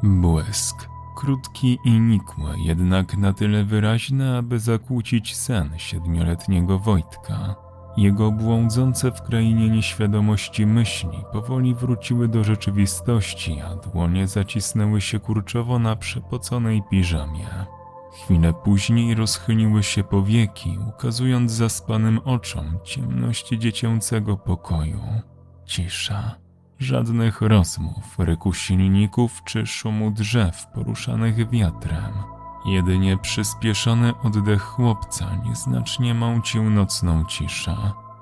Błysk. Krótki i nikły, jednak na tyle wyraźny, aby zakłócić sen 7-letniego Wojtka. Jego błądzące w krainie nieświadomości myśli powoli wróciły do rzeczywistości, a dłonie zacisnęły się kurczowo na przepoconej piżamie. Chwilę później rozchyliły się powieki, ukazując zaspanym oczom ciemność dziecięcego pokoju. Cisza. Żadnych rozmów, ryku silników czy szumu drzew poruszanych wiatrem. Jedynie przyspieszony oddech chłopca nieznacznie mącił nocną ciszę.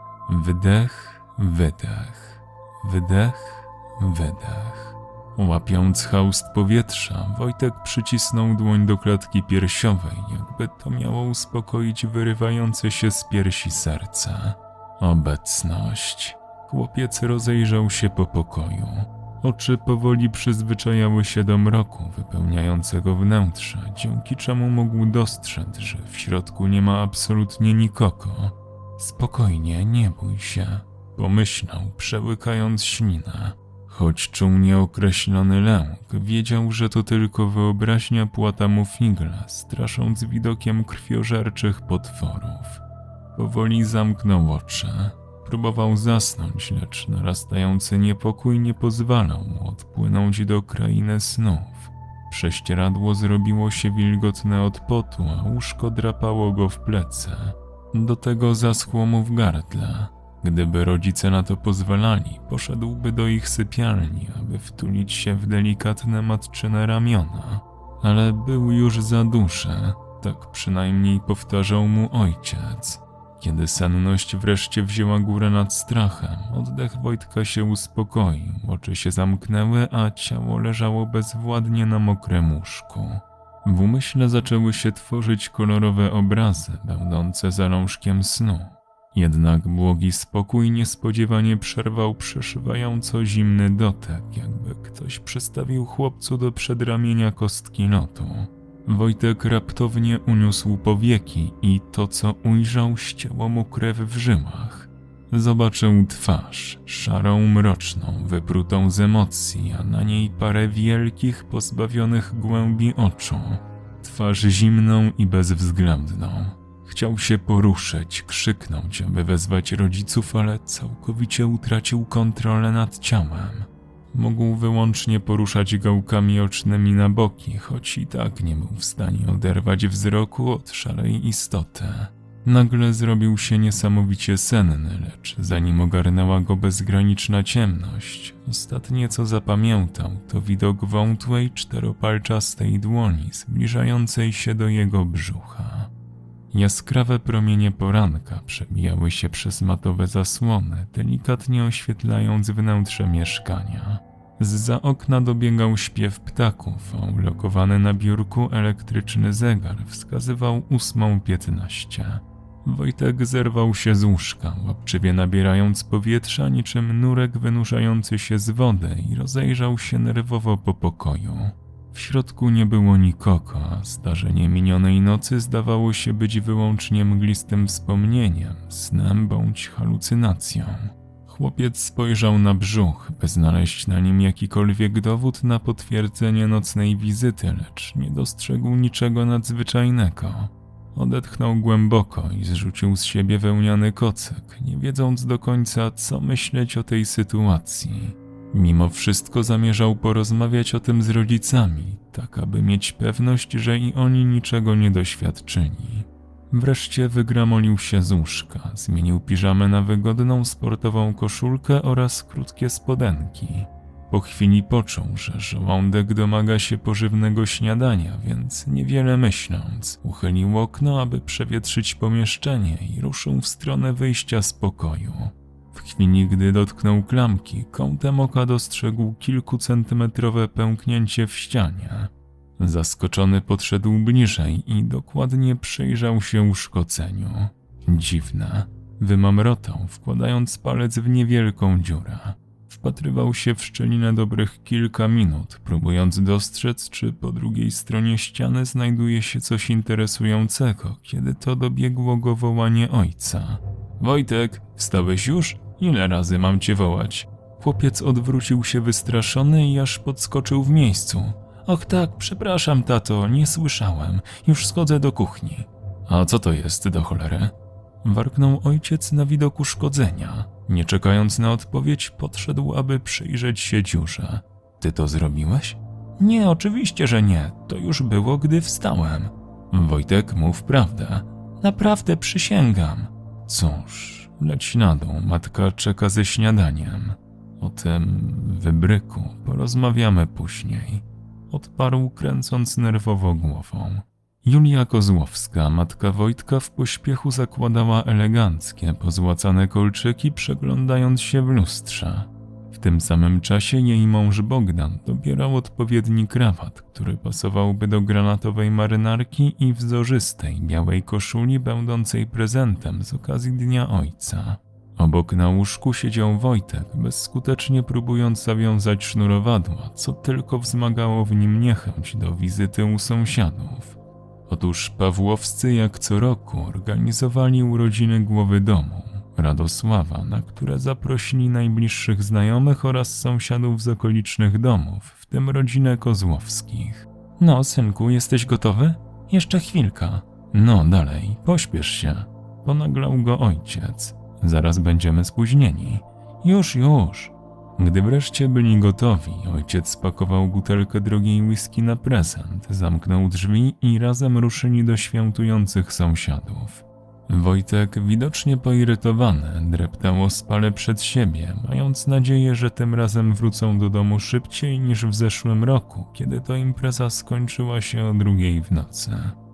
Wdech, wydech, wdech, wydech. Łapiąc haust powietrza, Wojtek przycisnął dłoń do klatki piersiowej, jakby to miało uspokoić wyrywające się z piersi serce. Obecność. Chłopiec rozejrzał się po pokoju. Oczy powoli przyzwyczajały się do mroku wypełniającego wnętrze, dzięki czemu mógł dostrzec, że w środku nie ma absolutnie nikogo. Spokojnie, nie bój się, pomyślał, przełykając ślinę. Choć czuł nieokreślony lęk, wiedział, że to tylko wyobraźnia płata mu figle, strasząc widokiem krwiożerczych potworów. Powoli zamknął oczy. Próbował zasnąć, lecz narastający niepokój nie pozwalał mu odpłynąć do krainy snów. Prześcieradło zrobiło się wilgotne od potu, a łóżko drapało go w plecy. Do tego zaschło mu w gardle. Gdyby rodzice na to pozwalali, poszedłby do ich sypialni, aby wtulić się w delikatne matczyne ramiona. Ale był już za duży, tak przynajmniej powtarzał mu ojciec. Kiedy senność wreszcie wzięła górę nad strachem, oddech Wojtka się uspokoił, oczy się zamknęły, a ciało leżało bezwładnie na mokrym łóżku. W umyśle zaczęły się tworzyć kolorowe obrazy, będące zalążkiem snu. Jednak błogi spokój niespodziewanie przerwał przeszywająco zimny dotek, jakby ktoś przystawił chłopcu do przedramienia kostki lotu. Wojtek raptownie uniósł powieki i to, co ujrzał, ścięło mu krew w żyłach. Zobaczył twarz, szarą, mroczną, wyprutą z emocji, a na niej parę wielkich, pozbawionych głębi oczu. Twarz zimną i bezwzględną. Chciał się poruszyć, krzyknąć, aby wezwać rodziców, ale całkowicie utracił kontrolę nad ciałem. Mógł wyłącznie poruszać gałkami ocznymi na boki, choć i tak nie był w stanie oderwać wzroku od szarej istoty. Nagle zrobił się niesamowicie senny, lecz zanim ogarnęła go bezgraniczna ciemność, ostatnie co zapamiętał to widok wątłej, czteropalczastej dłoni zbliżającej się do jego brzucha. Jaskrawe promienie poranka przebijały się przez matowe zasłony, delikatnie oświetlając wnętrze mieszkania. Zza okna dobiegał śpiew ptaków, a ulokowany na biurku elektryczny zegar wskazywał 8:15. Wojtek zerwał się z łóżka, łapczywie nabierając powietrza niczym nurek wynurzający się z wody i rozejrzał się nerwowo po pokoju. W środku nie było nikogo, a zdarzenie minionej nocy zdawało się być wyłącznie mglistym wspomnieniem, snem bądź halucynacją. Chłopiec spojrzał na brzuch, by znaleźć na nim jakikolwiek dowód na potwierdzenie nocnej wizyty, lecz nie dostrzegł niczego nadzwyczajnego. Odetchnął głęboko i zrzucił z siebie wełniany kocyk, nie wiedząc do końca, co myśleć o tej sytuacji. Mimo wszystko zamierzał porozmawiać o tym z rodzicami, tak aby mieć pewność, że i oni niczego nie doświadczyli. Wreszcie wygramolił się z łóżka, zmienił piżamę na wygodną sportową koszulkę oraz krótkie spodenki. Po chwili poczuł, że żołądek domaga się pożywnego śniadania, więc niewiele myśląc, uchylił okno, aby przewietrzyć pomieszczenie i ruszył w stronę wyjścia z pokoju. W chwili, gdy dotknął klamki, kątem oka dostrzegł kilkucentymetrowe pęknięcie w ścianie. Zaskoczony podszedł bliżej i dokładnie przyjrzał się uszkodzeniu. Dziwne. Wymamrotał, wkładając palec w niewielką dziurę. Wpatrywał się w szczelinę dobrych kilka minut, próbując dostrzec, czy po drugiej stronie ściany znajduje się coś interesującego, kiedy to dobiegło go wołanie ojca. Wojtek, wstałeś już? Ile razy mam cię wołać? Chłopiec odwrócił się wystraszony i aż podskoczył w miejscu. Och tak, przepraszam, tato, nie słyszałem. Już schodzę do kuchni. A co to jest do cholery? Warknął ojciec na widok uszkodzenia. Nie czekając na odpowiedź, podszedł, aby przyjrzeć się dziurze. Ty to zrobiłeś? Nie, oczywiście, że nie. To już było, gdy wstałem. Wojtek, mów prawdę. Naprawdę przysięgam. Cóż, leć na dół, matka czeka ze śniadaniem. O tym wybryku porozmawiamy później. Odparł, kręcąc nerwowo głową. Julia Kozłowska, matka Wojtka, w pośpiechu zakładała eleganckie, pozłacane kolczyki, przeglądając się w lustrze. W tym samym czasie jej mąż Bogdan dobierał odpowiedni krawat, który pasowałby do granatowej marynarki i wzorzystej białej koszuli będącej prezentem z okazji Dnia Ojca. Obok na łóżku siedział Wojtek, bezskutecznie próbując zawiązać sznurowadła, co tylko wzmagało w nim niechęć do wizyty u sąsiadów. Otóż Pawłowscy jak co roku organizowali urodziny głowy domu, Radosława, na które zaprosili najbliższych znajomych oraz sąsiadów z okolicznych domów, w tym rodzinę Kozłowskich. No, synku, jesteś gotowy? Jeszcze chwilka. No, dalej, pośpiesz się. Ponaglał go ojciec. Zaraz będziemy spóźnieni. Już. Gdy wreszcie byli gotowi, ojciec spakował butelkę drogiej whisky na prezent, zamknął drzwi i razem ruszyli do świętujących sąsiadów. Wojtek, widocznie poirytowany, dreptał ospale przed siebie, mając nadzieję, że tym razem wrócą do domu szybciej niż w zeszłym roku, kiedy to impreza skończyła się o 2:00 w nocy.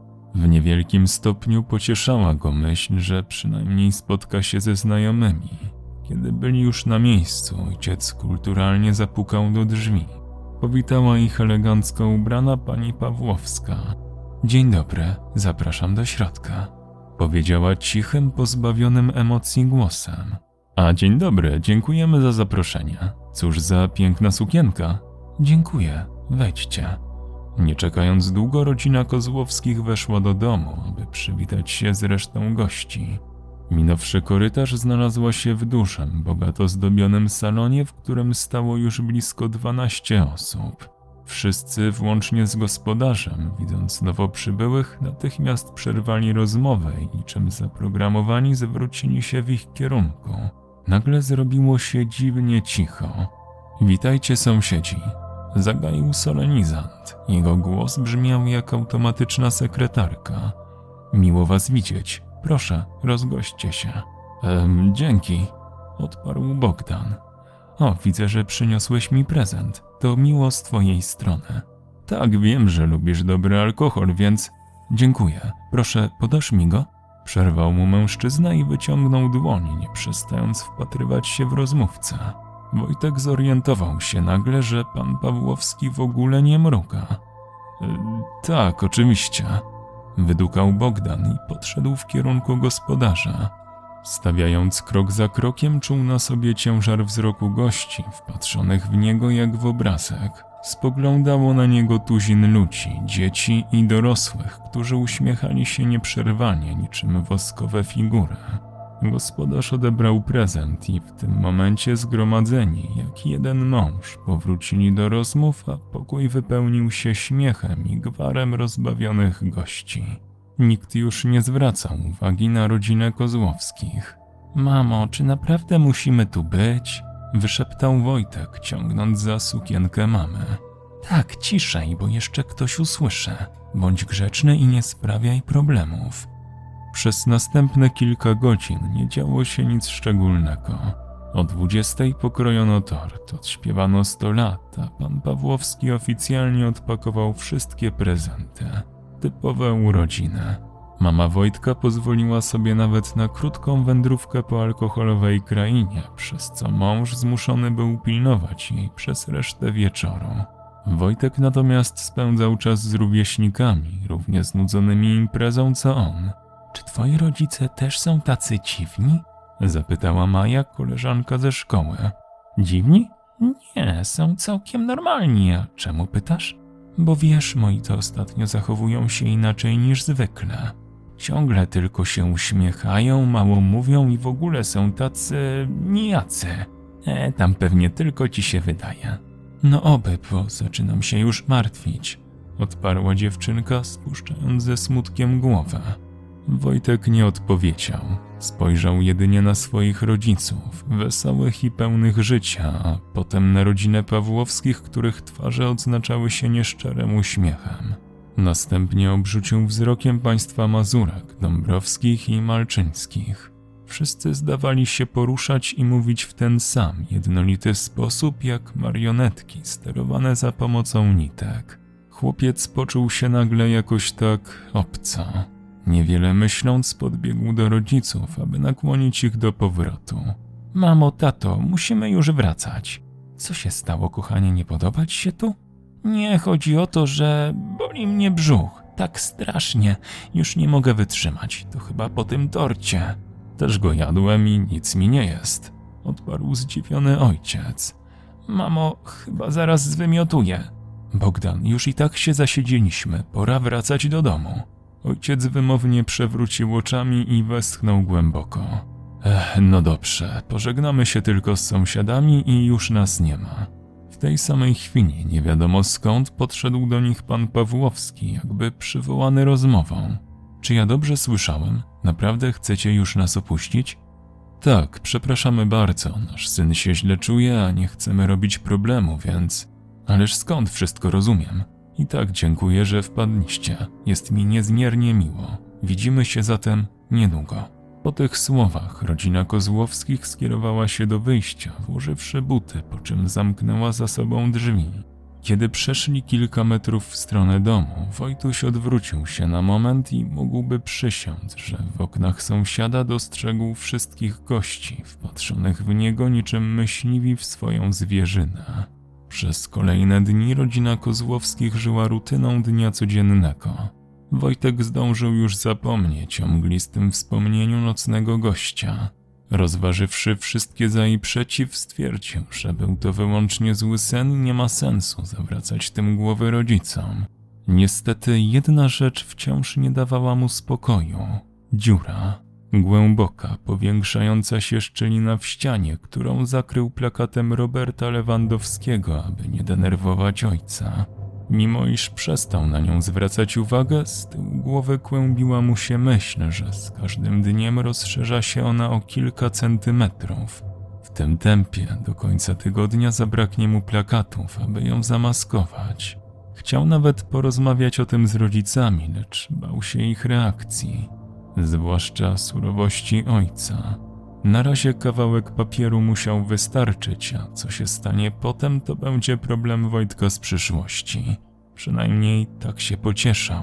W niewielkim stopniu pocieszała go myśl, że przynajmniej spotka się ze znajomymi. Kiedy byli już na miejscu, ojciec kulturalnie zapukał do drzwi. Powitała ich elegancko ubrana pani Pawłowska. Dzień dobry, zapraszam do środka. Powiedziała cichym, pozbawionym emocji głosem. A dzień dobry, dziękujemy za zaproszenie. Cóż za piękna sukienka. Dziękuję, wejdźcie. Nie czekając długo, rodzina Kozłowskich weszła do domu, aby przywitać się z resztą gości. Minąwszy korytarz, znalazła się w dużym, bogato zdobionym salonie, w którym stało już blisko 12 osób. Wszyscy, włącznie z gospodarzem, widząc nowo przybyłych, natychmiast przerwali rozmowę i niczym zaprogramowani zwrócili się w ich kierunku. Nagle zrobiło się dziwnie cicho. Witajcie, sąsiedzi. Zagaił solenizant. Jego głos brzmiał jak automatyczna sekretarka. Miło was widzieć. Proszę, rozgośćcie się. Dzięki, odparł Bogdan. O, widzę, że przyniosłeś mi prezent. To miło z twojej strony. Tak, wiem, że lubisz dobry alkohol, więc... Dziękuję. Proszę, podasz mi go? Przerwał mu mężczyzna i wyciągnął dłoń, nie przestając wpatrywać się w rozmówcę. Wojtek zorientował się nagle, że pan Pawłowski w ogóle nie mruga. Tak, oczywiście. Wydukał Bogdan i podszedł w kierunku gospodarza. Stawiając krok za krokiem, czuł na sobie ciężar wzroku gości, wpatrzonych w niego jak w obrazek. Spoglądało na niego tuzin ludzi, dzieci i dorosłych, którzy uśmiechali się nieprzerwanie niczym woskowe figury. Gospodarz odebrał prezent i w tym momencie zgromadzeni, jak jeden mąż, powrócili do rozmów, a pokój wypełnił się śmiechem i gwarem rozbawionych gości. Nikt już nie zwracał uwagi na rodzinę Kozłowskich. Mamo, czy naprawdę musimy tu być? Wyszeptał Wojtek, ciągnąc za sukienkę mamy. Tak, ciszej, bo jeszcze ktoś usłyszy. Bądź grzeczny i nie sprawiaj problemów. Przez następne kilka godzin nie działo się nic szczególnego. O 20:00 pokrojono tort, odśpiewano 100 lat, a pan Pawłowski oficjalnie odpakował wszystkie prezenty. Typowe urodziny. Mama Wojtka pozwoliła sobie nawet na krótką wędrówkę po alkoholowej krainie, przez co mąż zmuszony był pilnować jej przez resztę wieczoru. Wojtek natomiast spędzał czas z rówieśnikami, równie znudzonymi imprezą co on. Czy twoi rodzice też są tacy dziwni? Zapytała Maja, koleżanka ze szkoły. Dziwni? Nie, są całkiem normalni, a czemu pytasz? Bo wiesz, moi to ostatnio zachowują się inaczej niż zwykle. Ciągle tylko się uśmiechają, mało mówią i w ogóle są tacy nijacy. Tam pewnie tylko ci się wydaje. No oby, bo zaczynam się już martwić, odparła dziewczynka, spuszczając ze smutkiem głowę. Wojtek nie odpowiedział. Spojrzał jedynie na swoich rodziców, wesołych i pełnych życia, a potem na rodzinę Pawłowskich, których twarze odznaczały się nieszczerym uśmiechem. Następnie obrzucił wzrokiem państwa Mazurek, Dąbrowskich i Malczyńskich. Wszyscy zdawali się poruszać i mówić w ten sam, jednolity sposób jak marionetki sterowane za pomocą nitek. Chłopiec poczuł się nagle jakoś tak obco. Niewiele myśląc, podbiegł do rodziców, aby nakłonić ich do powrotu. Mamo, tato, musimy już wracać. Co się stało, kochanie, nie podoba ci się tu? Nie, chodzi o to, że boli mnie brzuch. Tak strasznie. Już nie mogę wytrzymać. To chyba po tym torcie. Też go jadłem i nic mi nie jest. Odparł zdziwiony ojciec. Mamo, chyba zaraz zwymiotuję. Bogdan, już i tak się zasiedzieliśmy. Pora wracać do domu. Ojciec wymownie przewrócił oczami i westchnął głęboko. No dobrze, pożegnamy się tylko z sąsiadami i już nas nie ma. W tej samej chwili, nie wiadomo skąd, podszedł do nich pan Pawłowski, jakby przywołany rozmową. Czy ja dobrze słyszałem? Naprawdę chcecie już nas opuścić? Tak, przepraszamy bardzo, nasz syn się źle czuje, a nie chcemy robić problemu, więc... Ależ skąd wszystko rozumiem? I tak dziękuję, że wpadliście. Jest mi niezmiernie miło. Widzimy się zatem niedługo. Po tych słowach rodzina Kozłowskich skierowała się do wyjścia, włożywszy buty, po czym zamknęła za sobą drzwi. Kiedy przeszli kilka metrów w stronę domu, Wojtuś odwrócił się na moment i mógłby przysiąc, że w oknach sąsiada dostrzegł wszystkich gości, wpatrzonych w niego niczym myśliwi w swoją zwierzynę. Przez kolejne dni rodzina Kozłowskich żyła rutyną dnia codziennego. Wojtek zdążył już zapomnieć o mglistym wspomnieniu nocnego gościa. Rozważywszy wszystkie za i przeciw, stwierdził, że był to wyłącznie zły sen i nie ma sensu zawracać tym głowy rodzicom. Niestety jedna rzecz wciąż nie dawała mu spokoju. Dziura. Głęboka, powiększająca się szczelina w ścianie, którą zakrył plakatem Roberta Lewandowskiego, aby nie denerwować ojca. Mimo iż przestał na nią zwracać uwagę, z tyłu głowy kłębiła mu się myśl, że z każdym dniem rozszerza się ona o kilka centymetrów. W tym tempie do końca tygodnia zabraknie mu plakatów, aby ją zamaskować. Chciał nawet porozmawiać o tym z rodzicami, lecz bał się ich reakcji. Zwłaszcza surowości ojca. Na razie kawałek papieru musiał wystarczyć, a co się stanie potem, to będzie problem Wojtka z przyszłości. Przynajmniej tak się pocieszał.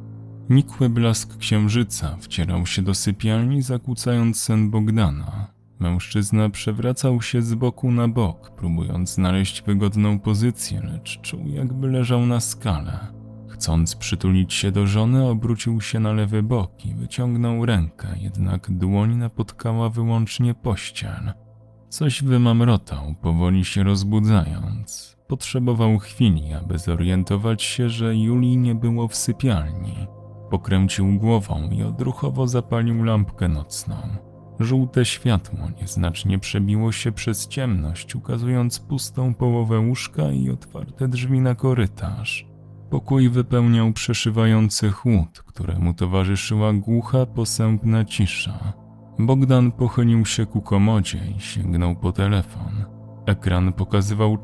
Nikły blask księżyca wcierał się do sypialni, zakłócając sen Bogdana. Mężczyzna przewracał się z boku na bok, próbując znaleźć wygodną pozycję, lecz czuł, jakby leżał na skale. Chcąc przytulić się do żony, obrócił się na lewy bok i wyciągnął rękę, jednak dłoń napotkała wyłącznie pościel. Coś wymamrotał, powoli się rozbudzając. Potrzebował chwili, aby zorientować się, że Julii nie było w sypialni. Pokręcił głową i odruchowo zapalił lampkę nocną. Żółte światło nieznacznie przebiło się przez ciemność, ukazując pustą połowę łóżka i otwarte drzwi na korytarz. Pokój wypełniał przeszywający chłód, któremu towarzyszyła głucha, posępna cisza. Bogdan pochylił się ku komodzie i sięgnął po telefon. Ekran pokazywał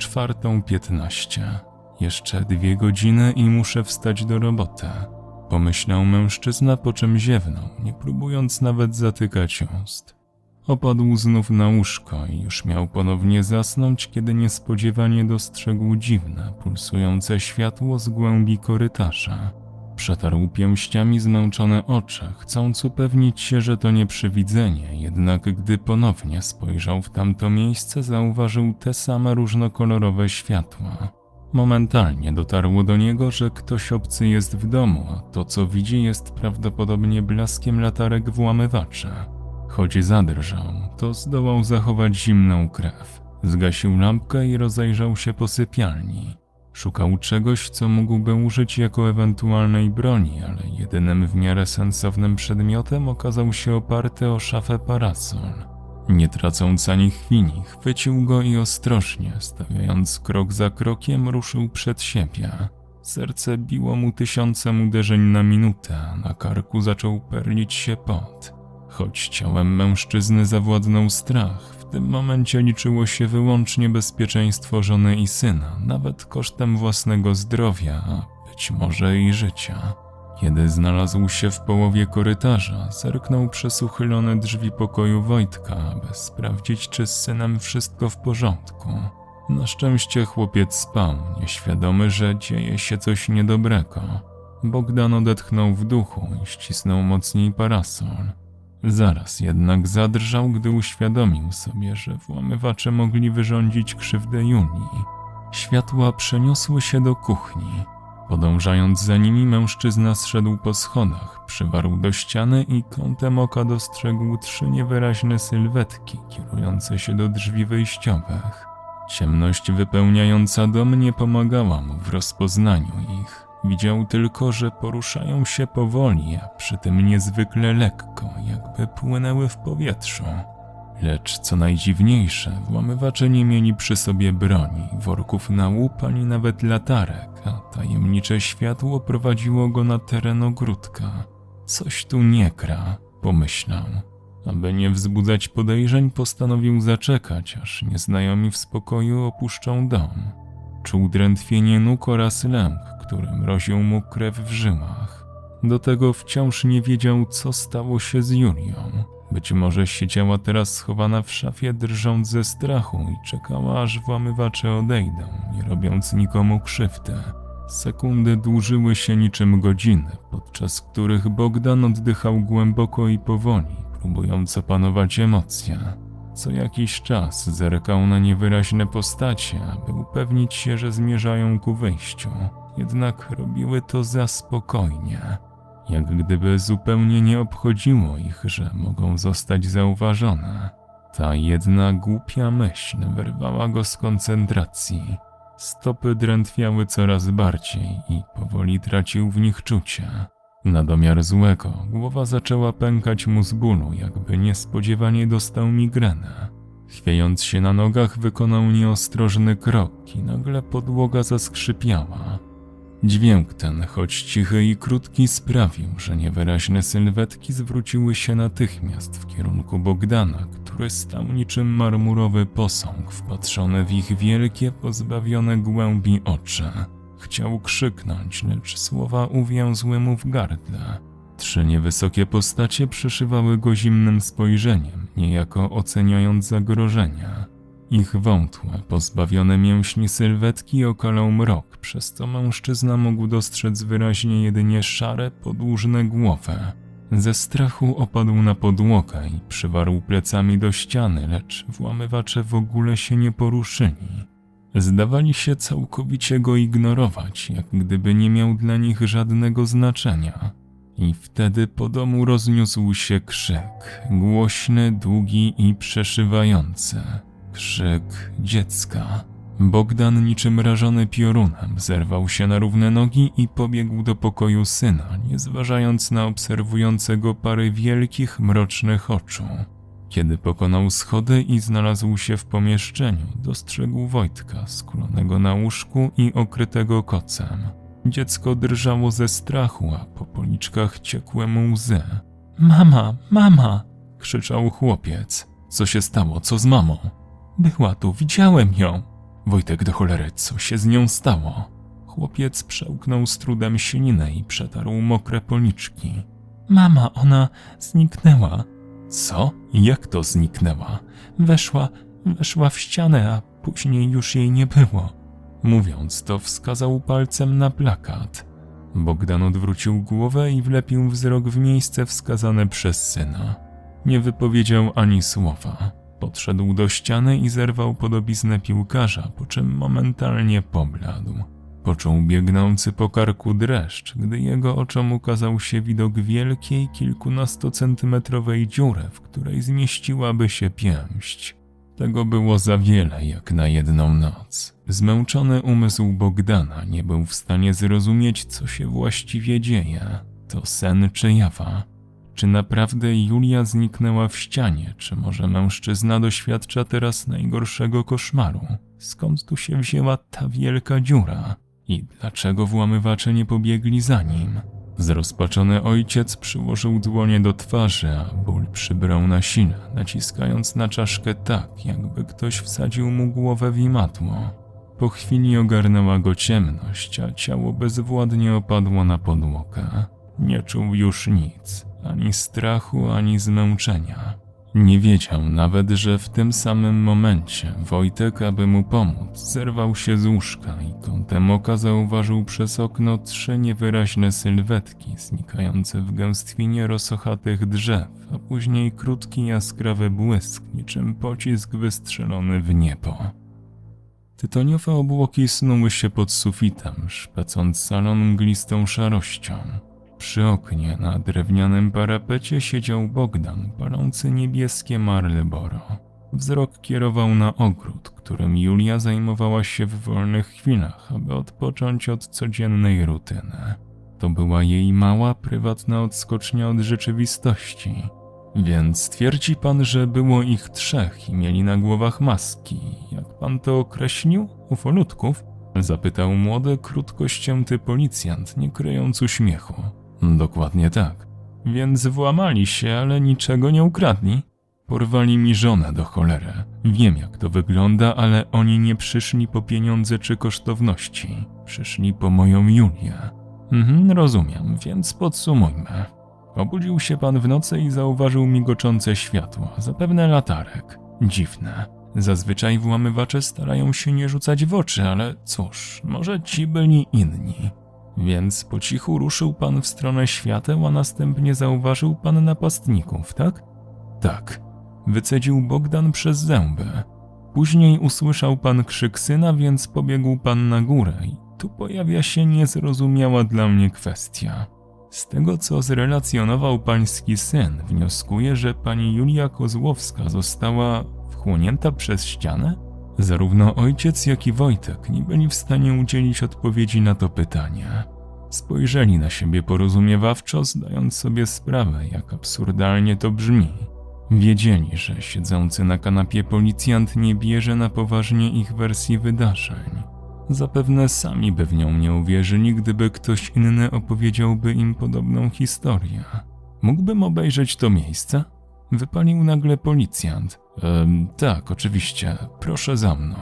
4:15. Jeszcze 2 godziny i muszę wstać do roboty. Pomyślał mężczyzna, po czym ziewnął, nie próbując nawet zatykać ust. Opadł znów na łóżko i już miał ponownie zasnąć, kiedy niespodziewanie dostrzegł dziwne, pulsujące światło z głębi korytarza. Przetarł pięściami zmęczone oczy, chcąc upewnić się, że to nie przywidzenie, jednak gdy ponownie spojrzał w tamto miejsce, zauważył te same różnokolorowe światła. Momentalnie dotarło do niego, że ktoś obcy jest w domu, a to co widzi jest prawdopodobnie blaskiem latarek włamywaczy. Choć zadrżał, to zdołał zachować zimną krew. Zgasił lampkę i rozejrzał się po sypialni. Szukał czegoś, co mógłby użyć jako ewentualnej broni, ale jedynym w miarę sensownym przedmiotem okazał się oparty o szafę parasol. Nie tracąc ani chwili, chwycił go i ostrożnie, stawiając krok za krokiem, ruszył przed siebie. Serce biło mu 1000 uderzeń na minutę, a na karku zaczął perlić się pot. Choć ciałem mężczyzny zawładnął strach, w tym momencie liczyło się wyłącznie bezpieczeństwo żony i syna, nawet kosztem własnego zdrowia, a być może i życia. Kiedy znalazł się w połowie korytarza, zerknął przez uchylone drzwi pokoju Wojtka, aby sprawdzić, czy z synem wszystko w porządku. Na szczęście chłopiec spał, nieświadomy, że dzieje się coś niedobrego. Bogdan odetchnął w duchu i ścisnął mocniej parasol. Zaraz jednak zadrżał, gdy uświadomił sobie, że włamywacze mogli wyrządzić krzywdę Julii. Światła przeniosły się do kuchni. Podążając za nimi, mężczyzna zszedł po schodach, przywarł do ściany i kątem oka dostrzegł 3 niewyraźne sylwetki kierujące się do drzwi wyjściowych. Ciemność wypełniająca dom nie pomagała mu w rozpoznaniu ich. Widział tylko, że poruszają się powoli, a przy tym niezwykle lekko, jakby płynęły w powietrzu. Lecz co najdziwniejsze, włamywacze nie mieli przy sobie broni, worków na łup ani nawet latarek, a tajemnicze światło prowadziło go na teren ogródka. Coś tu nie gra, pomyślał. Aby nie wzbudzać podejrzeń, postanowił zaczekać, aż nieznajomi w spokoju opuszczą dom. Czuł drętwienie nóg oraz lęk, który mroził mu krew w żyłach. Do tego wciąż nie wiedział, co stało się z Julią. Być może siedziała teraz schowana w szafie, drżąc ze strachu i czekała, aż włamywacze odejdą, nie robiąc nikomu krzywdy. Sekundy dłużyły się niczym godziny, podczas których Bogdan oddychał głęboko i powoli, próbując opanować emocje. Co jakiś czas zerkał na niewyraźne postacie, aby upewnić się, że zmierzają ku wyjściu. Jednak robiły to za spokojnie. Jak gdyby zupełnie nie obchodziło ich, że mogą zostać zauważone. Ta jedna głupia myśl wyrwała go z koncentracji. Stopy drętwiały coraz bardziej i powoli tracił w nich czucie. Na domiar złego głowa zaczęła pękać mu z bólu, jakby niespodziewanie dostał migrenę. Chwiejąc się na nogach, wykonał nieostrożny krok i nagle podłoga zaskrzypiała. Dźwięk ten, choć cichy i krótki, sprawił, że niewyraźne sylwetki zwróciły się natychmiast w kierunku Bogdana, który stał niczym marmurowy posąg wpatrzony w ich wielkie, pozbawione głębi oczy. Chciał krzyknąć, lecz słowa uwięzły mu w gardle. 3 niewysokie postacie przeszywały go zimnym spojrzeniem, niejako oceniając zagrożenia. Ich wątłe, pozbawione mięśni sylwetki okalał mrok, przez co mężczyzna mógł dostrzec wyraźnie jedynie szare, podłużne głowy. Ze strachu opadł na podłogę i przywarł plecami do ściany, lecz włamywacze w ogóle się nie poruszyli. Zdawali się całkowicie go ignorować, jak gdyby nie miał dla nich żadnego znaczenia. I wtedy po domu rozniósł się krzyk, głośny, długi i przeszywający. Krzyk dziecka. Bogdan niczym rażony piorunem zerwał się na równe nogi i pobiegł do pokoju syna, nie zważając na obserwującego pary wielkich, mrocznych oczu. Kiedy pokonał schody i znalazł się w pomieszczeniu, dostrzegł Wojtka skulonego na łóżku i okrytego kocem. Dziecko drżało ze strachu, a po policzkach ciekły mu łzy. Mama, mama! Krzyczał chłopiec. Co się stało? Co z mamą? Była tu, widziałem ją. Wojtek, do cholery, co się z nią stało? Chłopiec przełknął z trudem ślinę i przetarł mokre policzki. Mama, ona zniknęła. Co? Jak to zniknęła? Weszła w ścianę, a później już jej nie było. Mówiąc to, wskazał palcem na plakat. Bogdan odwrócił głowę i wlepił wzrok w miejsce wskazane przez syna. Nie wypowiedział ani słowa. Podszedł do ściany i zerwał podobiznę piłkarza, po czym momentalnie pobladł. Poczuł biegnący po karku dreszcz, gdy jego oczom ukazał się widok wielkiej, kilkunastocentymetrowej dziury, w której zmieściłaby się pięść. Tego było za wiele jak na jedną noc. Zmęczony umysł Bogdana nie był w stanie zrozumieć, co się właściwie dzieje. To sen czy jawa? Czy naprawdę Julia zniknęła w ścianie, czy może mężczyzna doświadcza teraz najgorszego koszmaru? Skąd tu się wzięła ta wielka dziura? I dlaczego włamywacze nie pobiegli za nim? Zrozpaczony ojciec przyłożył dłonie do twarzy, a ból przybrał na sile, naciskając na czaszkę tak, jakby ktoś wsadził mu głowę w imadło. Po chwili ogarnęła go ciemność, a ciało bezwładnie opadło na podłogę. Nie czuł już nic, ani strachu, ani zmęczenia. Nie wiedział nawet, że w tym samym momencie Wojtek, aby mu pomóc, zerwał się z łóżka i kątem oka zauważył przez okno 3 niewyraźne sylwetki znikające w gęstwinie rosochatych drzew, a później krótki jaskrawy błysk, niczym pocisk wystrzelony w niebo. Tytoniowe obłoki snuły się pod sufitem, szpecąc salon mglistą szarością. Przy oknie na drewnianym parapecie siedział Bogdan, palący niebieskie Marlboro. Wzrok kierował na ogród, którym Julia zajmowała się w wolnych chwilach, aby odpocząć od codziennej rutyny. To była jej mała, prywatna odskocznia od rzeczywistości. Więc twierdzi pan, że było ich 3 i mieli na głowach maski, jak pan to określił? Ufolutków? Zapytał młody, krótko ścięty policjant, nie kryjąc uśmiechu. Dokładnie tak. Więc włamali się, ale niczego nie ukradli? Porwali mi żonę do cholery. Wiem, jak to wygląda, ale oni nie przyszli po pieniądze czy kosztowności. Przyszli po moją Julię. Rozumiem, więc podsumujmy. Obudził się pan w nocy i zauważył migoczące światło, zapewne latarek. Dziwne. Zazwyczaj włamywacze starają się nie rzucać w oczy, ale cóż, może ci byli inni. Więc po cichu ruszył pan w stronę świateł, a następnie zauważył pan napastników, tak? Tak. Wycedził Bogdan przez zęby. Później usłyszał pan krzyk syna, więc pobiegł pan na górę i tu pojawia się niezrozumiała dla mnie kwestia. Z tego, co zrelacjonował pański syn, wnioskuję, że pani Julia Kozłowska została wchłonięta przez ścianę? Zarówno ojciec, jak i Wojtek nie byli w stanie udzielić odpowiedzi na to pytanie. Spojrzeli na siebie porozumiewawczo, zdając sobie sprawę, jak absurdalnie to brzmi. Wiedzieli, że siedzący na kanapie policjant nie bierze na poważnie ich wersji wydarzeń. Zapewne sami by w nią nie uwierzyli, gdyby ktoś inny opowiedziałby im podobną historię. Mógłbym obejrzeć to miejsce? Wypalił nagle policjant. Tak, oczywiście, proszę za mną.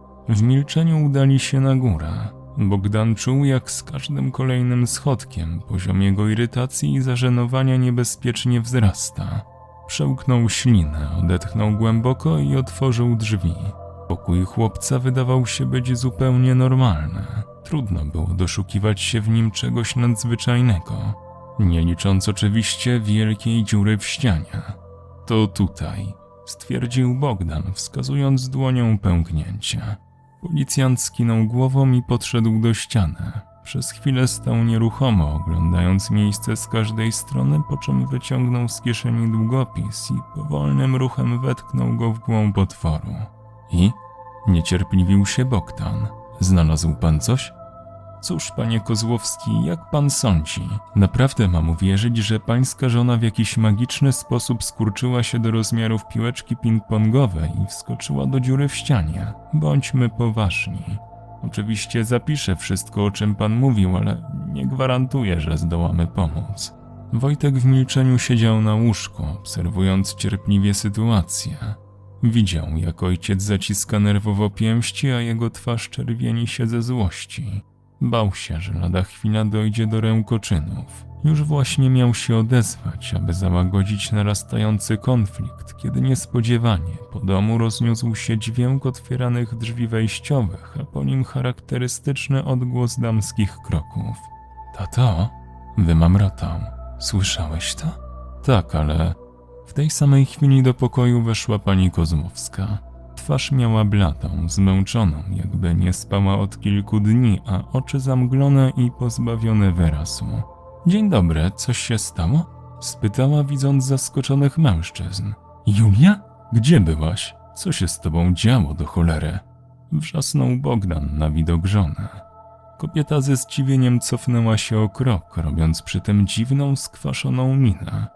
W milczeniu udali się na górę. Bogdan czuł, jak z każdym kolejnym schodkiem poziom jego irytacji i zażenowania niebezpiecznie wzrasta. Przełknął ślinę, odetchnął głęboko i otworzył drzwi. Pokój chłopca wydawał się być zupełnie normalny. Trudno było doszukiwać się w nim czegoś nadzwyczajnego. Nie licząc oczywiście wielkiej dziury w ścianie. To tutaj, stwierdził Bogdan, wskazując dłonią pęknięcie. Policjant skinął głową i podszedł do ściany. Przez chwilę stał nieruchomo, oglądając miejsce z każdej strony, po czym wyciągnął z kieszeni długopis i powolnym ruchem wetknął go w głąb otworu. I? Niecierpliwił się Bogdan. Znalazł pan coś? Cóż, panie Kozłowski, jak pan sądzi? Naprawdę mam uwierzyć, że pańska żona w jakiś magiczny sposób skurczyła się do rozmiarów piłeczki ping-pongowej i wskoczyła do dziury w ścianie? Bądźmy poważni. Oczywiście zapiszę wszystko, o czym pan mówił, ale nie gwarantuję, że zdołamy pomóc. Wojtek w milczeniu siedział na łóżku, obserwując cierpliwie sytuację. Widział, jak ojciec zaciska nerwowo pięści, a jego twarz czerwieni się ze złości. Bał się, że lada chwila dojdzie do rękoczynów. Już właśnie miał się odezwać, aby załagodzić narastający konflikt, kiedy niespodziewanie po domu rozniósł się dźwięk otwieranych drzwi wejściowych, a po nim charakterystyczny odgłos damskich kroków. Tato? Wymamrotał. Słyszałeś to? Tak, ale... W tej samej chwili do pokoju weszła pani Kozłowska. Twarz miała bladą, zmęczoną, jakby nie spała od kilku dni, a oczy zamglone i pozbawione wyrazu. Dzień dobry, coś się stało? Spytała, widząc zaskoczonych mężczyzn. Julia? Gdzie byłaś? Co się z tobą działo do cholery? Wrzasnął Bogdan na widok żony. Kobieta ze zdziwieniem cofnęła się o krok, robiąc przy tym dziwną, skwaszoną minę.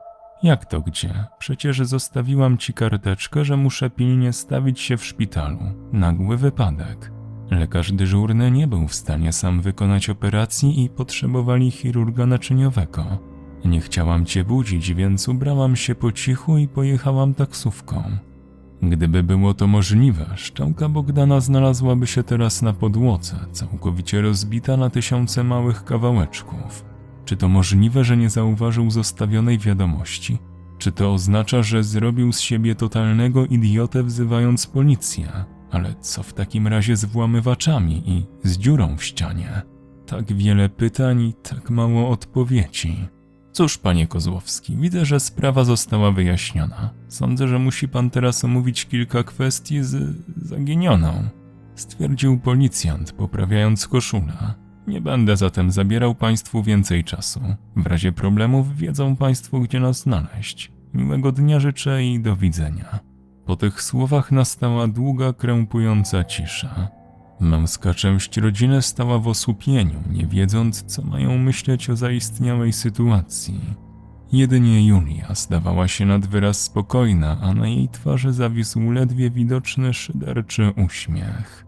Jak to gdzie? Przecież zostawiłam ci karteczkę, że muszę pilnie stawić się w szpitalu. Nagły wypadek. Lekarz dyżurny nie był w stanie sam wykonać operacji i potrzebowali chirurga naczyniowego. Nie chciałam cię budzić, więc ubrałam się po cichu i pojechałam taksówką. Gdyby było to możliwe, szczęka Bogdana znalazłaby się teraz na podłodze, całkowicie rozbita na tysiące małych kawałeczków. Czy to możliwe, że nie zauważył zostawionej wiadomości? Czy to oznacza, że zrobił z siebie totalnego idiotę, wzywając policję? Ale co w takim razie z włamywaczami i z dziurą w ścianie? Tak wiele pytań i tak mało odpowiedzi. Cóż, panie Kozłowski, widzę, że sprawa została wyjaśniona. Sądzę, że musi pan teraz omówić kilka kwestii z zaginioną, stwierdził policjant, poprawiając koszulę. Nie będę zatem zabierał państwu więcej czasu. W razie problemów wiedzą państwo, gdzie nas znaleźć. Miłego dnia życzę i do widzenia. Po tych słowach nastała długa, krępująca cisza. Męska część rodziny stała w osłupieniu, nie wiedząc, co mają myśleć o zaistniałej sytuacji. Jedynie Julia zdawała się nad wyraz spokojna, a na jej twarzy zawisł ledwie widoczny szyderczy uśmiech.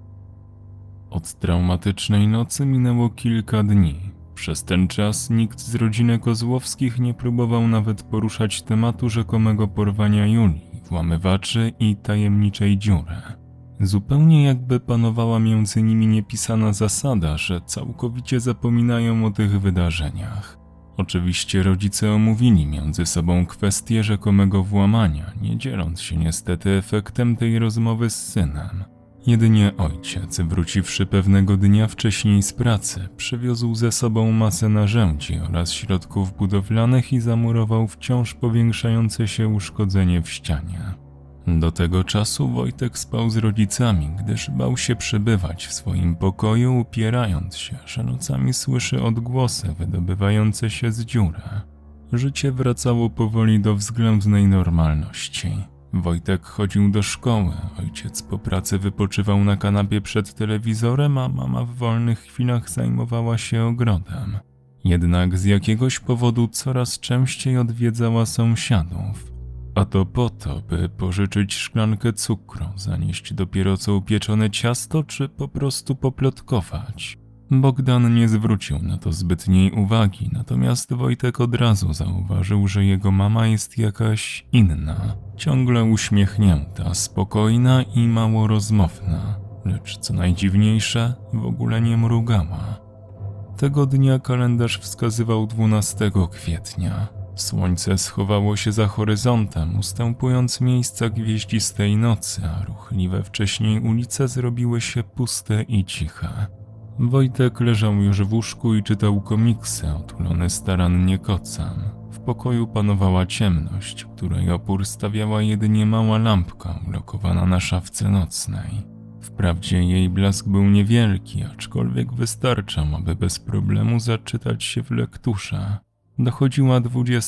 Od traumatycznej nocy minęło kilka dni. Przez ten czas nikt z rodziny Kozłowskich nie próbował nawet poruszać tematu rzekomego porwania Julii, włamywaczy i tajemniczej dziury. Zupełnie jakby panowała między nimi niepisana zasada, że całkowicie zapominają o tych wydarzeniach. Oczywiście rodzice omówili między sobą kwestię rzekomego włamania, nie dzieląc się niestety efektem tej rozmowy z synem. Jedynie ojciec, wróciwszy pewnego dnia wcześniej z pracy, przywiózł ze sobą masę narzędzi oraz środków budowlanych i zamurował wciąż powiększające się uszkodzenie w ścianie. Do tego czasu Wojtek spał z rodzicami, gdyż bał się przebywać w swoim pokoju, upierając się, że nocami słyszy odgłosy wydobywające się z dziury. Życie wracało powoli do względnej normalności. Wojtek chodził do szkoły, ojciec po pracy wypoczywał na kanapie przed telewizorem, a mama w wolnych chwilach zajmowała się ogrodem. Jednak z jakiegoś powodu coraz częściej odwiedzała sąsiadów. A to po to, by pożyczyć szklankę cukru, zanieść dopiero co upieczone ciasto, czy po prostu poplotkować. Bogdan nie zwrócił na to zbytniej uwagi, natomiast Wojtek od razu zauważył, że jego mama jest jakaś inna. Ciągle uśmiechnięta, spokojna i mało rozmowna, lecz co najdziwniejsze, w ogóle nie mrugała. Tego dnia kalendarz wskazywał 12 kwietnia. Słońce schowało się za horyzontem, ustępując miejsca gwieździstej nocy, a ruchliwe wcześniej ulice zrobiły się puste i ciche. Wojtek leżał już w łóżku i czytał komiksy, otulony starannie kocem. W pokoju panowała ciemność, której opór stawiała jedynie mała lampka ulokowana na szafce nocnej. Wprawdzie jej blask był niewielki, aczkolwiek wystarczał, aby bez problemu zaczytać się w lekturze. Dochodziła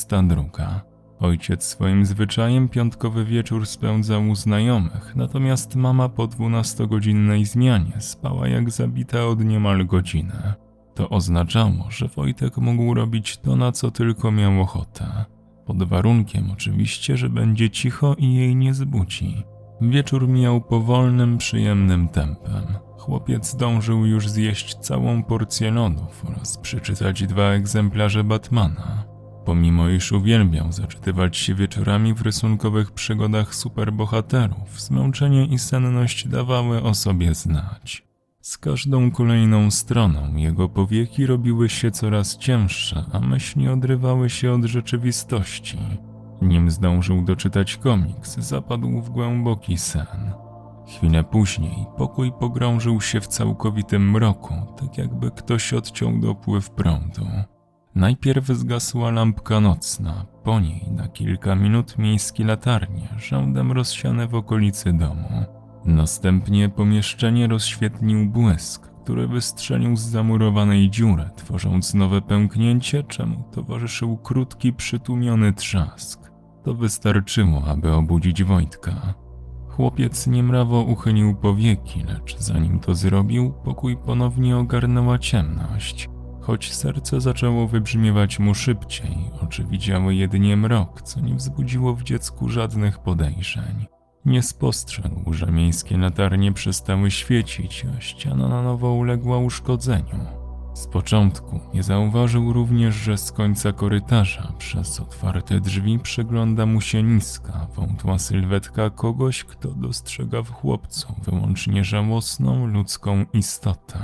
22. Ojciec swoim zwyczajem piątkowy wieczór spędzał u znajomych, natomiast mama po 12-godzinnej zmianie spała jak zabita od niemal godziny. To oznaczało, że Wojtek mógł robić to, na co tylko miał ochotę. Pod warunkiem oczywiście, że będzie cicho i jej nie zbudzi. Wieczór mijał powolnym, przyjemnym tempem. Chłopiec zdążył już zjeść całą porcję lodów oraz przeczytać 2 egzemplarze Batmana. Pomimo iż uwielbiał zaczytywać się wieczorami w rysunkowych przygodach superbohaterów, zmęczenie i senność dawały o sobie znać. Z każdą kolejną stroną jego powieki robiły się coraz cięższe, a myśli odrywały się od rzeczywistości. Nim zdążył doczytać komiks, zapadł w głęboki sen. Chwilę później pokój pogrążył się w całkowitym mroku, tak jakby ktoś odciął dopływ prądu. Najpierw zgasła lampka nocna, po niej na kilka minut miejskie latarnie, rzędem rozsiane w okolicy domu. Następnie pomieszczenie rozświetlił błysk, który wystrzelił z zamurowanej dziury, tworząc nowe pęknięcie, czemu towarzyszył krótki, przytłumiony trzask. To wystarczyło, aby obudzić Wojtka. Chłopiec niemrawo uchylił powieki, lecz zanim to zrobił, pokój ponownie ogarnęła ciemność. choć serce zaczęło wybrzmiewać mu szybciej, oczy widziały jedynie mrok, co nie wzbudziło w dziecku żadnych podejrzeń. Nie spostrzegł, że miejskie latarnie przestały świecić, a ściana na nowo uległa uszkodzeniu. Z początku nie zauważył również, że z końca korytarza przez otwarte drzwi przygląda mu się niska, wątła sylwetka kogoś, kto dostrzega w chłopcu wyłącznie żałosną ludzką istotę.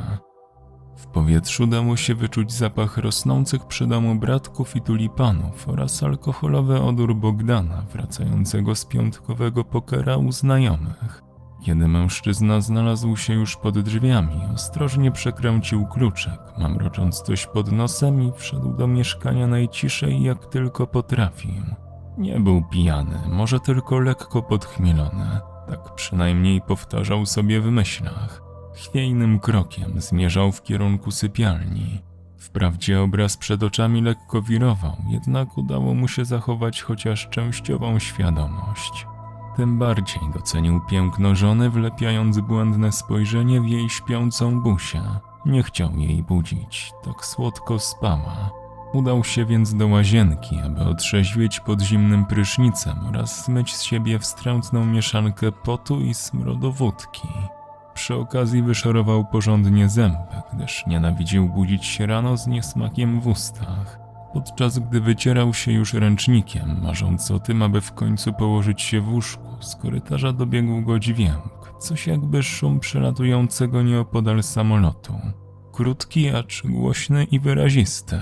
W powietrzu dało się wyczuć zapach rosnących przy domu bratków i tulipanów oraz alkoholowy odór Bogdana wracającego z piątkowego pokera u znajomych. Kiedy mężczyzna znalazł się już pod drzwiami, ostrożnie przekręcił kluczek, mamrocząc coś pod nosem i wszedł do mieszkania najciszej jak tylko potrafił. Nie był pijany, może tylko lekko podchmielony, tak przynajmniej powtarzał sobie w myślach. Chwiejnym krokiem zmierzał w kierunku sypialni. Wprawdzie obraz przed oczami lekko wirował, jednak udało mu się zachować chociaż częściową świadomość. Tym bardziej docenił piękno żony, wlepiając błędne spojrzenie w jej śpiącą buzię. Nie chciał jej budzić, tak słodko spała. Udał się więc do łazienki, aby otrzeźwieć pod zimnym prysznicem oraz zmyć z siebie wstrętną mieszankę potu i smrodu wódki. Przy okazji wyszorował porządnie zęby, gdyż nienawidził budzić się rano z niesmakiem w ustach. Podczas gdy wycierał się już ręcznikiem, marząc o tym, aby w końcu położyć się w łóżku, z korytarza dobiegł go dźwięk, coś jakby szum przelatującego nieopodal samolotu. Krótki, acz głośny i wyrazisty.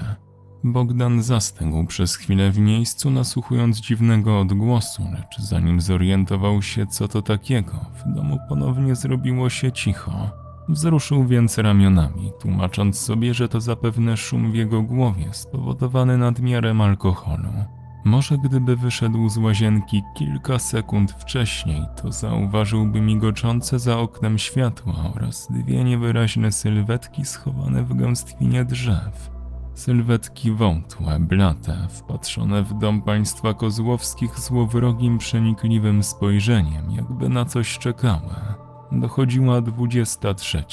Bogdan zastygł przez chwilę w miejscu, nasłuchując dziwnego odgłosu, lecz zanim zorientował się, co to takiego, w domu ponownie zrobiło się cicho. Wzruszył więc ramionami, tłumacząc sobie, że to zapewne szum w jego głowie spowodowany nadmiarem alkoholu. Może gdyby wyszedł z łazienki kilka sekund wcześniej, to zauważyłby migoczące za oknem światła oraz dwie niewyraźne sylwetki schowane w gęstwinie drzew. Sylwetki wątłe, blate, wpatrzone w dom państwa Kozłowskich złowrogim, przenikliwym spojrzeniem, jakby na coś czekały. Dochodziła 23.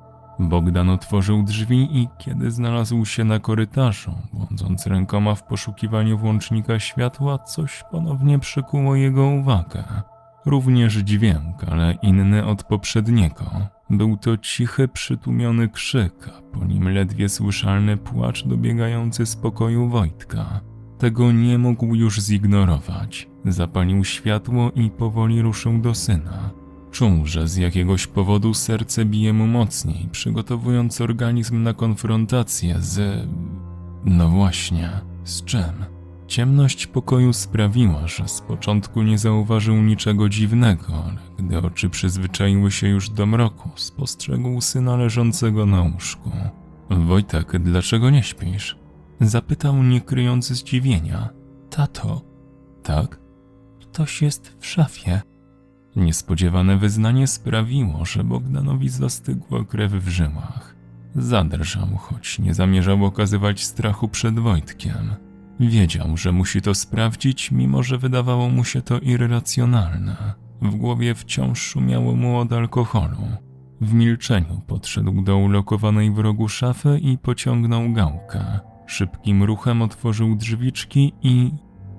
Bogdan otworzył drzwi i kiedy znalazł się na korytarzu, błądząc rękoma w poszukiwaniu włącznika światła, coś ponownie przykuło jego uwagę. Również dźwięk, ale inny od poprzedniego. Był to cichy, przytłumiony krzyk, a po nim ledwie słyszalny płacz dobiegający z pokoju Wojtka. Tego nie mógł już zignorować. Zapalił światło i powoli ruszył do syna. Czuł, że z jakiegoś powodu serce bije mu mocniej, przygotowując organizm na konfrontację z... No właśnie, z czym? Ciemność pokoju sprawiła, że z początku nie zauważył niczego dziwnego, ale gdy oczy przyzwyczaiły się już do mroku, spostrzegł syna leżącego na łóżku. Wojtek, dlaczego nie śpisz? Zapytał, nie kryjąc zdziwienia. Tato. Tak? Ktoś jest w szafie. Niespodziewane wyznanie sprawiło, że Bogdanowi zastygła krew w żyłach. Zadrżał, choć nie zamierzał okazywać strachu przed Wojtkiem. Wiedział, że musi to sprawdzić, mimo że wydawało mu się to irracjonalne. W głowie wciąż szumiało mu od alkoholu. W milczeniu podszedł do ulokowanej w rogu szafy i pociągnął gałkę. Szybkim ruchem otworzył drzwiczki i...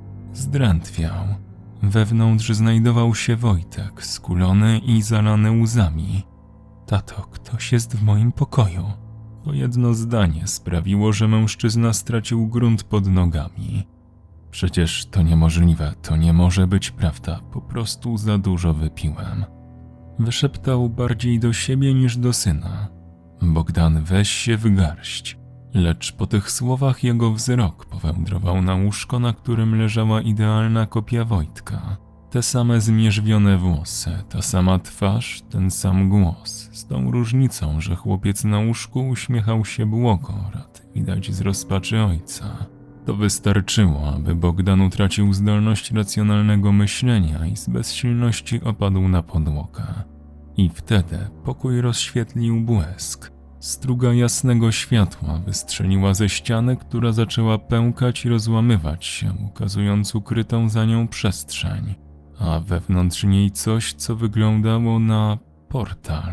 zdrętwiał. Wewnątrz znajdował się Wojtek, skulony i zalany łzami. Tato, ktoś jest w moim pokoju. To jedno zdanie sprawiło, że mężczyzna stracił grunt pod nogami. Przecież to niemożliwe, to nie może być prawda, po prostu za dużo wypiłem. Wyszeptał bardziej do siebie niż do syna. Bogdan, weź się w garść. Lecz po tych słowach jego wzrok powędrował na łóżko, na którym leżała idealna kopia Wojtka. Te same zmierzwione włosy, ta sama twarz, ten sam głos, z tą różnicą, że chłopiec na łóżku uśmiechał się błogo, rad widać z rozpaczy ojca. To wystarczyło, aby Bogdan utracił zdolność racjonalnego myślenia i z bezsilności opadł na podłogę. I wtedy pokój rozświetlił błysk. Struga jasnego światła wystrzeliła ze ściany, która zaczęła pękać i rozłamywać się, ukazując ukrytą za nią przestrzeń, a wewnątrz niej coś, co wyglądało na portal.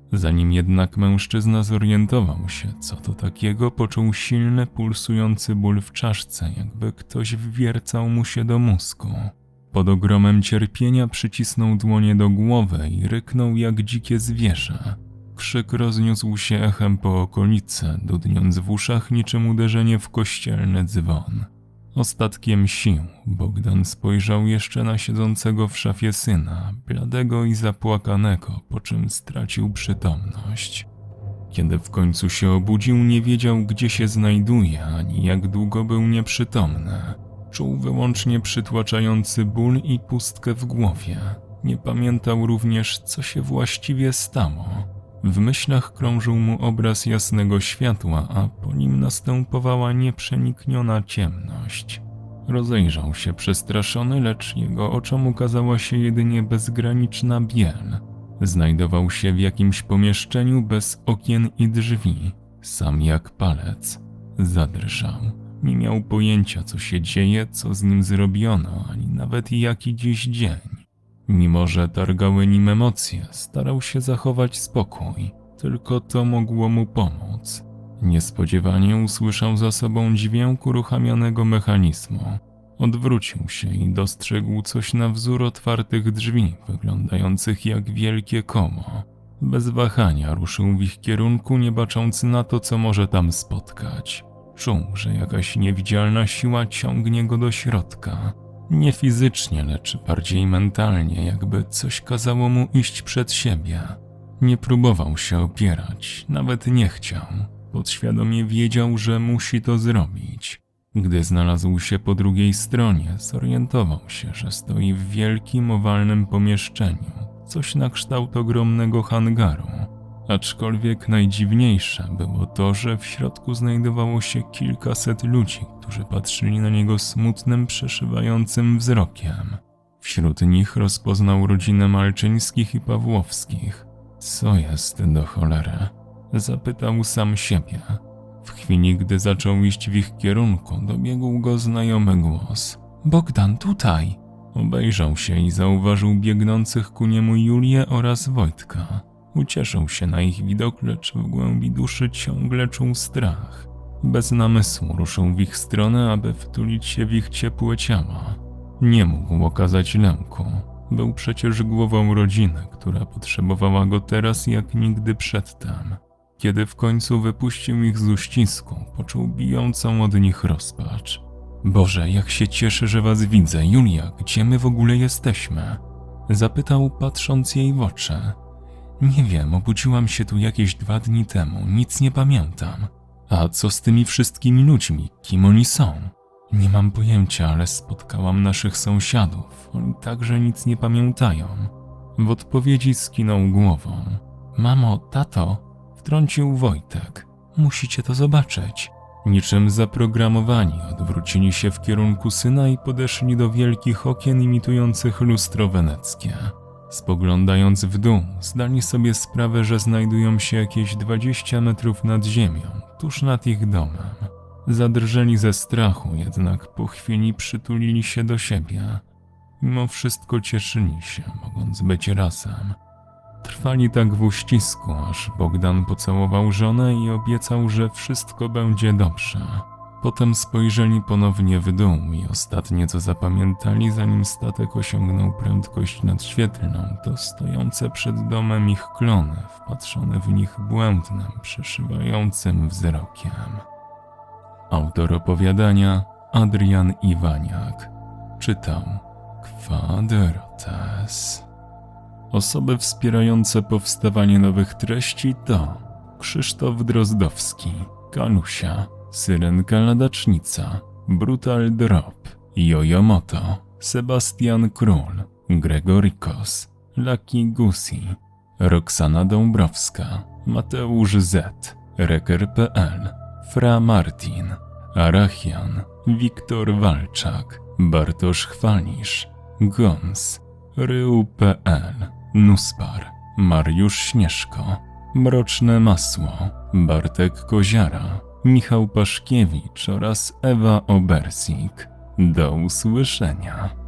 Zanim jednak mężczyzna zorientował się, co to takiego, poczuł silny, pulsujący ból w czaszce, jakby ktoś wwiercał mu się do mózgu. Pod ogromem cierpienia przycisnął dłonie do głowy i ryknął jak dzikie zwierzę. Krzyk rozniósł się echem po okolicy, dudniąc w uszach niczym uderzenie w kościelny dzwon. Ostatkiem sił Bogdan spojrzał jeszcze na siedzącego w szafie syna, bladego i zapłakanego, po czym stracił przytomność. Kiedy w końcu się obudził, nie wiedział, gdzie się znajduje, ani jak długo był nieprzytomny. Czuł wyłącznie przytłaczający ból i pustkę w głowie. Nie pamiętał również, co się właściwie stało. W myślach krążył mu obraz jasnego światła, a po nim następowała nieprzenikniona ciemność. Rozejrzał się przestraszony, lecz jego oczom ukazała się jedynie bezgraniczna biel. Znajdował się w jakimś pomieszczeniu bez okien i drzwi, sam jak palec. Zadrżał. Nie miał pojęcia, co się dzieje, co z nim zrobiono, ani nawet jaki dziś dzień. Mimo że targały nim emocje, starał się zachować spokój. Tylko to mogło mu pomóc. Niespodziewanie usłyszał za sobą dźwięk uruchamianego mechanizmu. Odwrócił się i dostrzegł coś na wzór otwartych drzwi, wyglądających jak wielkie koło. Bez wahania ruszył w ich kierunku, nie bacząc na to, co może tam spotkać. Czuł, że jakaś niewidzialna siła ciągnie go do środka. Nie fizycznie, lecz bardziej mentalnie, jakby coś kazało mu iść przed siebie. Nie próbował się opierać, nawet nie chciał. Podświadomie wiedział, że musi to zrobić. Gdy znalazł się po drugiej stronie, zorientował się, że stoi w wielkim, owalnym pomieszczeniu, coś na kształt ogromnego hangaru. Aczkolwiek najdziwniejsze było to, że w środku znajdowało się kilkaset ludzi, którzy patrzyli na niego smutnym, przeszywającym wzrokiem. Wśród nich rozpoznał rodzinę Malczyńskich i Pawłowskich. Co jest do cholery? Zapytał sam siebie. W chwili, gdy zaczął iść w ich kierunku, dobiegł go znajomy głos. Bogdan, tutaj! Obejrzał się i zauważył biegnących ku niemu Julię oraz Wojtka. Ucieszył się na ich widok, lecz w głębi duszy ciągle czuł strach. Bez namysłu ruszył w ich stronę, aby wtulić się w ich ciepłe ciała. Nie mógł okazać lęku. Był przecież głową rodziny, która potrzebowała go teraz jak nigdy przedtem. Kiedy w końcu wypuścił ich z uścisku, poczuł bijącą od nich rozpacz. Boże, jak się cieszę, że was widzę. Julia, gdzie my w ogóle jesteśmy? Zapytał, patrząc jej w oczy. Nie wiem, obudziłam się tu jakieś 2 dni temu, nic nie pamiętam. A co z tymi wszystkimi ludźmi? Kim oni są? Nie mam pojęcia, ale spotkałam naszych sąsiadów. Oni także nic nie pamiętają. W odpowiedzi skinął głową. Mamo, tato, wtrącił Wojtek. Musicie to zobaczyć. Niczym zaprogramowani odwrócili się w kierunku syna i podeszli do wielkich okien imitujących lustro weneckie. Spoglądając w dół, zdali sobie sprawę, że znajdują się jakieś 20 metrów nad ziemią, tuż nad ich domem. Zadrżeli ze strachu, jednak po chwili przytulili się do siebie. Mimo wszystko cieszyli się, mogąc być razem. Trwali tak w uścisku, aż Bogdan pocałował żonę i obiecał, że wszystko będzie dobrze. Potem spojrzeli ponownie w dół i ostatnie co zapamiętali, zanim statek osiągnął prędkość nadświetlną, to stojące przed domem ich klony, wpatrzone w nich błędnym, przeszywającym wzrokiem. Autor opowiadania Adrian Iwaniak. Czytał Quadrotes. Osoby wspierające powstawanie nowych treści to Krzysztof Drozdowski, Kalusia, Syrenka Ladacznica, Brutal Drop, Jojomoto, Sebastian Król, Gregorikos, Lucky Gusi, Roxana Dąbrowska, Mateusz Z, Reker.pl, Fra Martin, Arachian, Wiktor Walczak, Bartosz Chwalisz, Gons, Ryu.pl, Nuspar, Mariusz Śnieżko, Mroczne Masło, Bartek Koziara, Michał Paszkiewicz oraz Ewa Obersik. Do usłyszenia.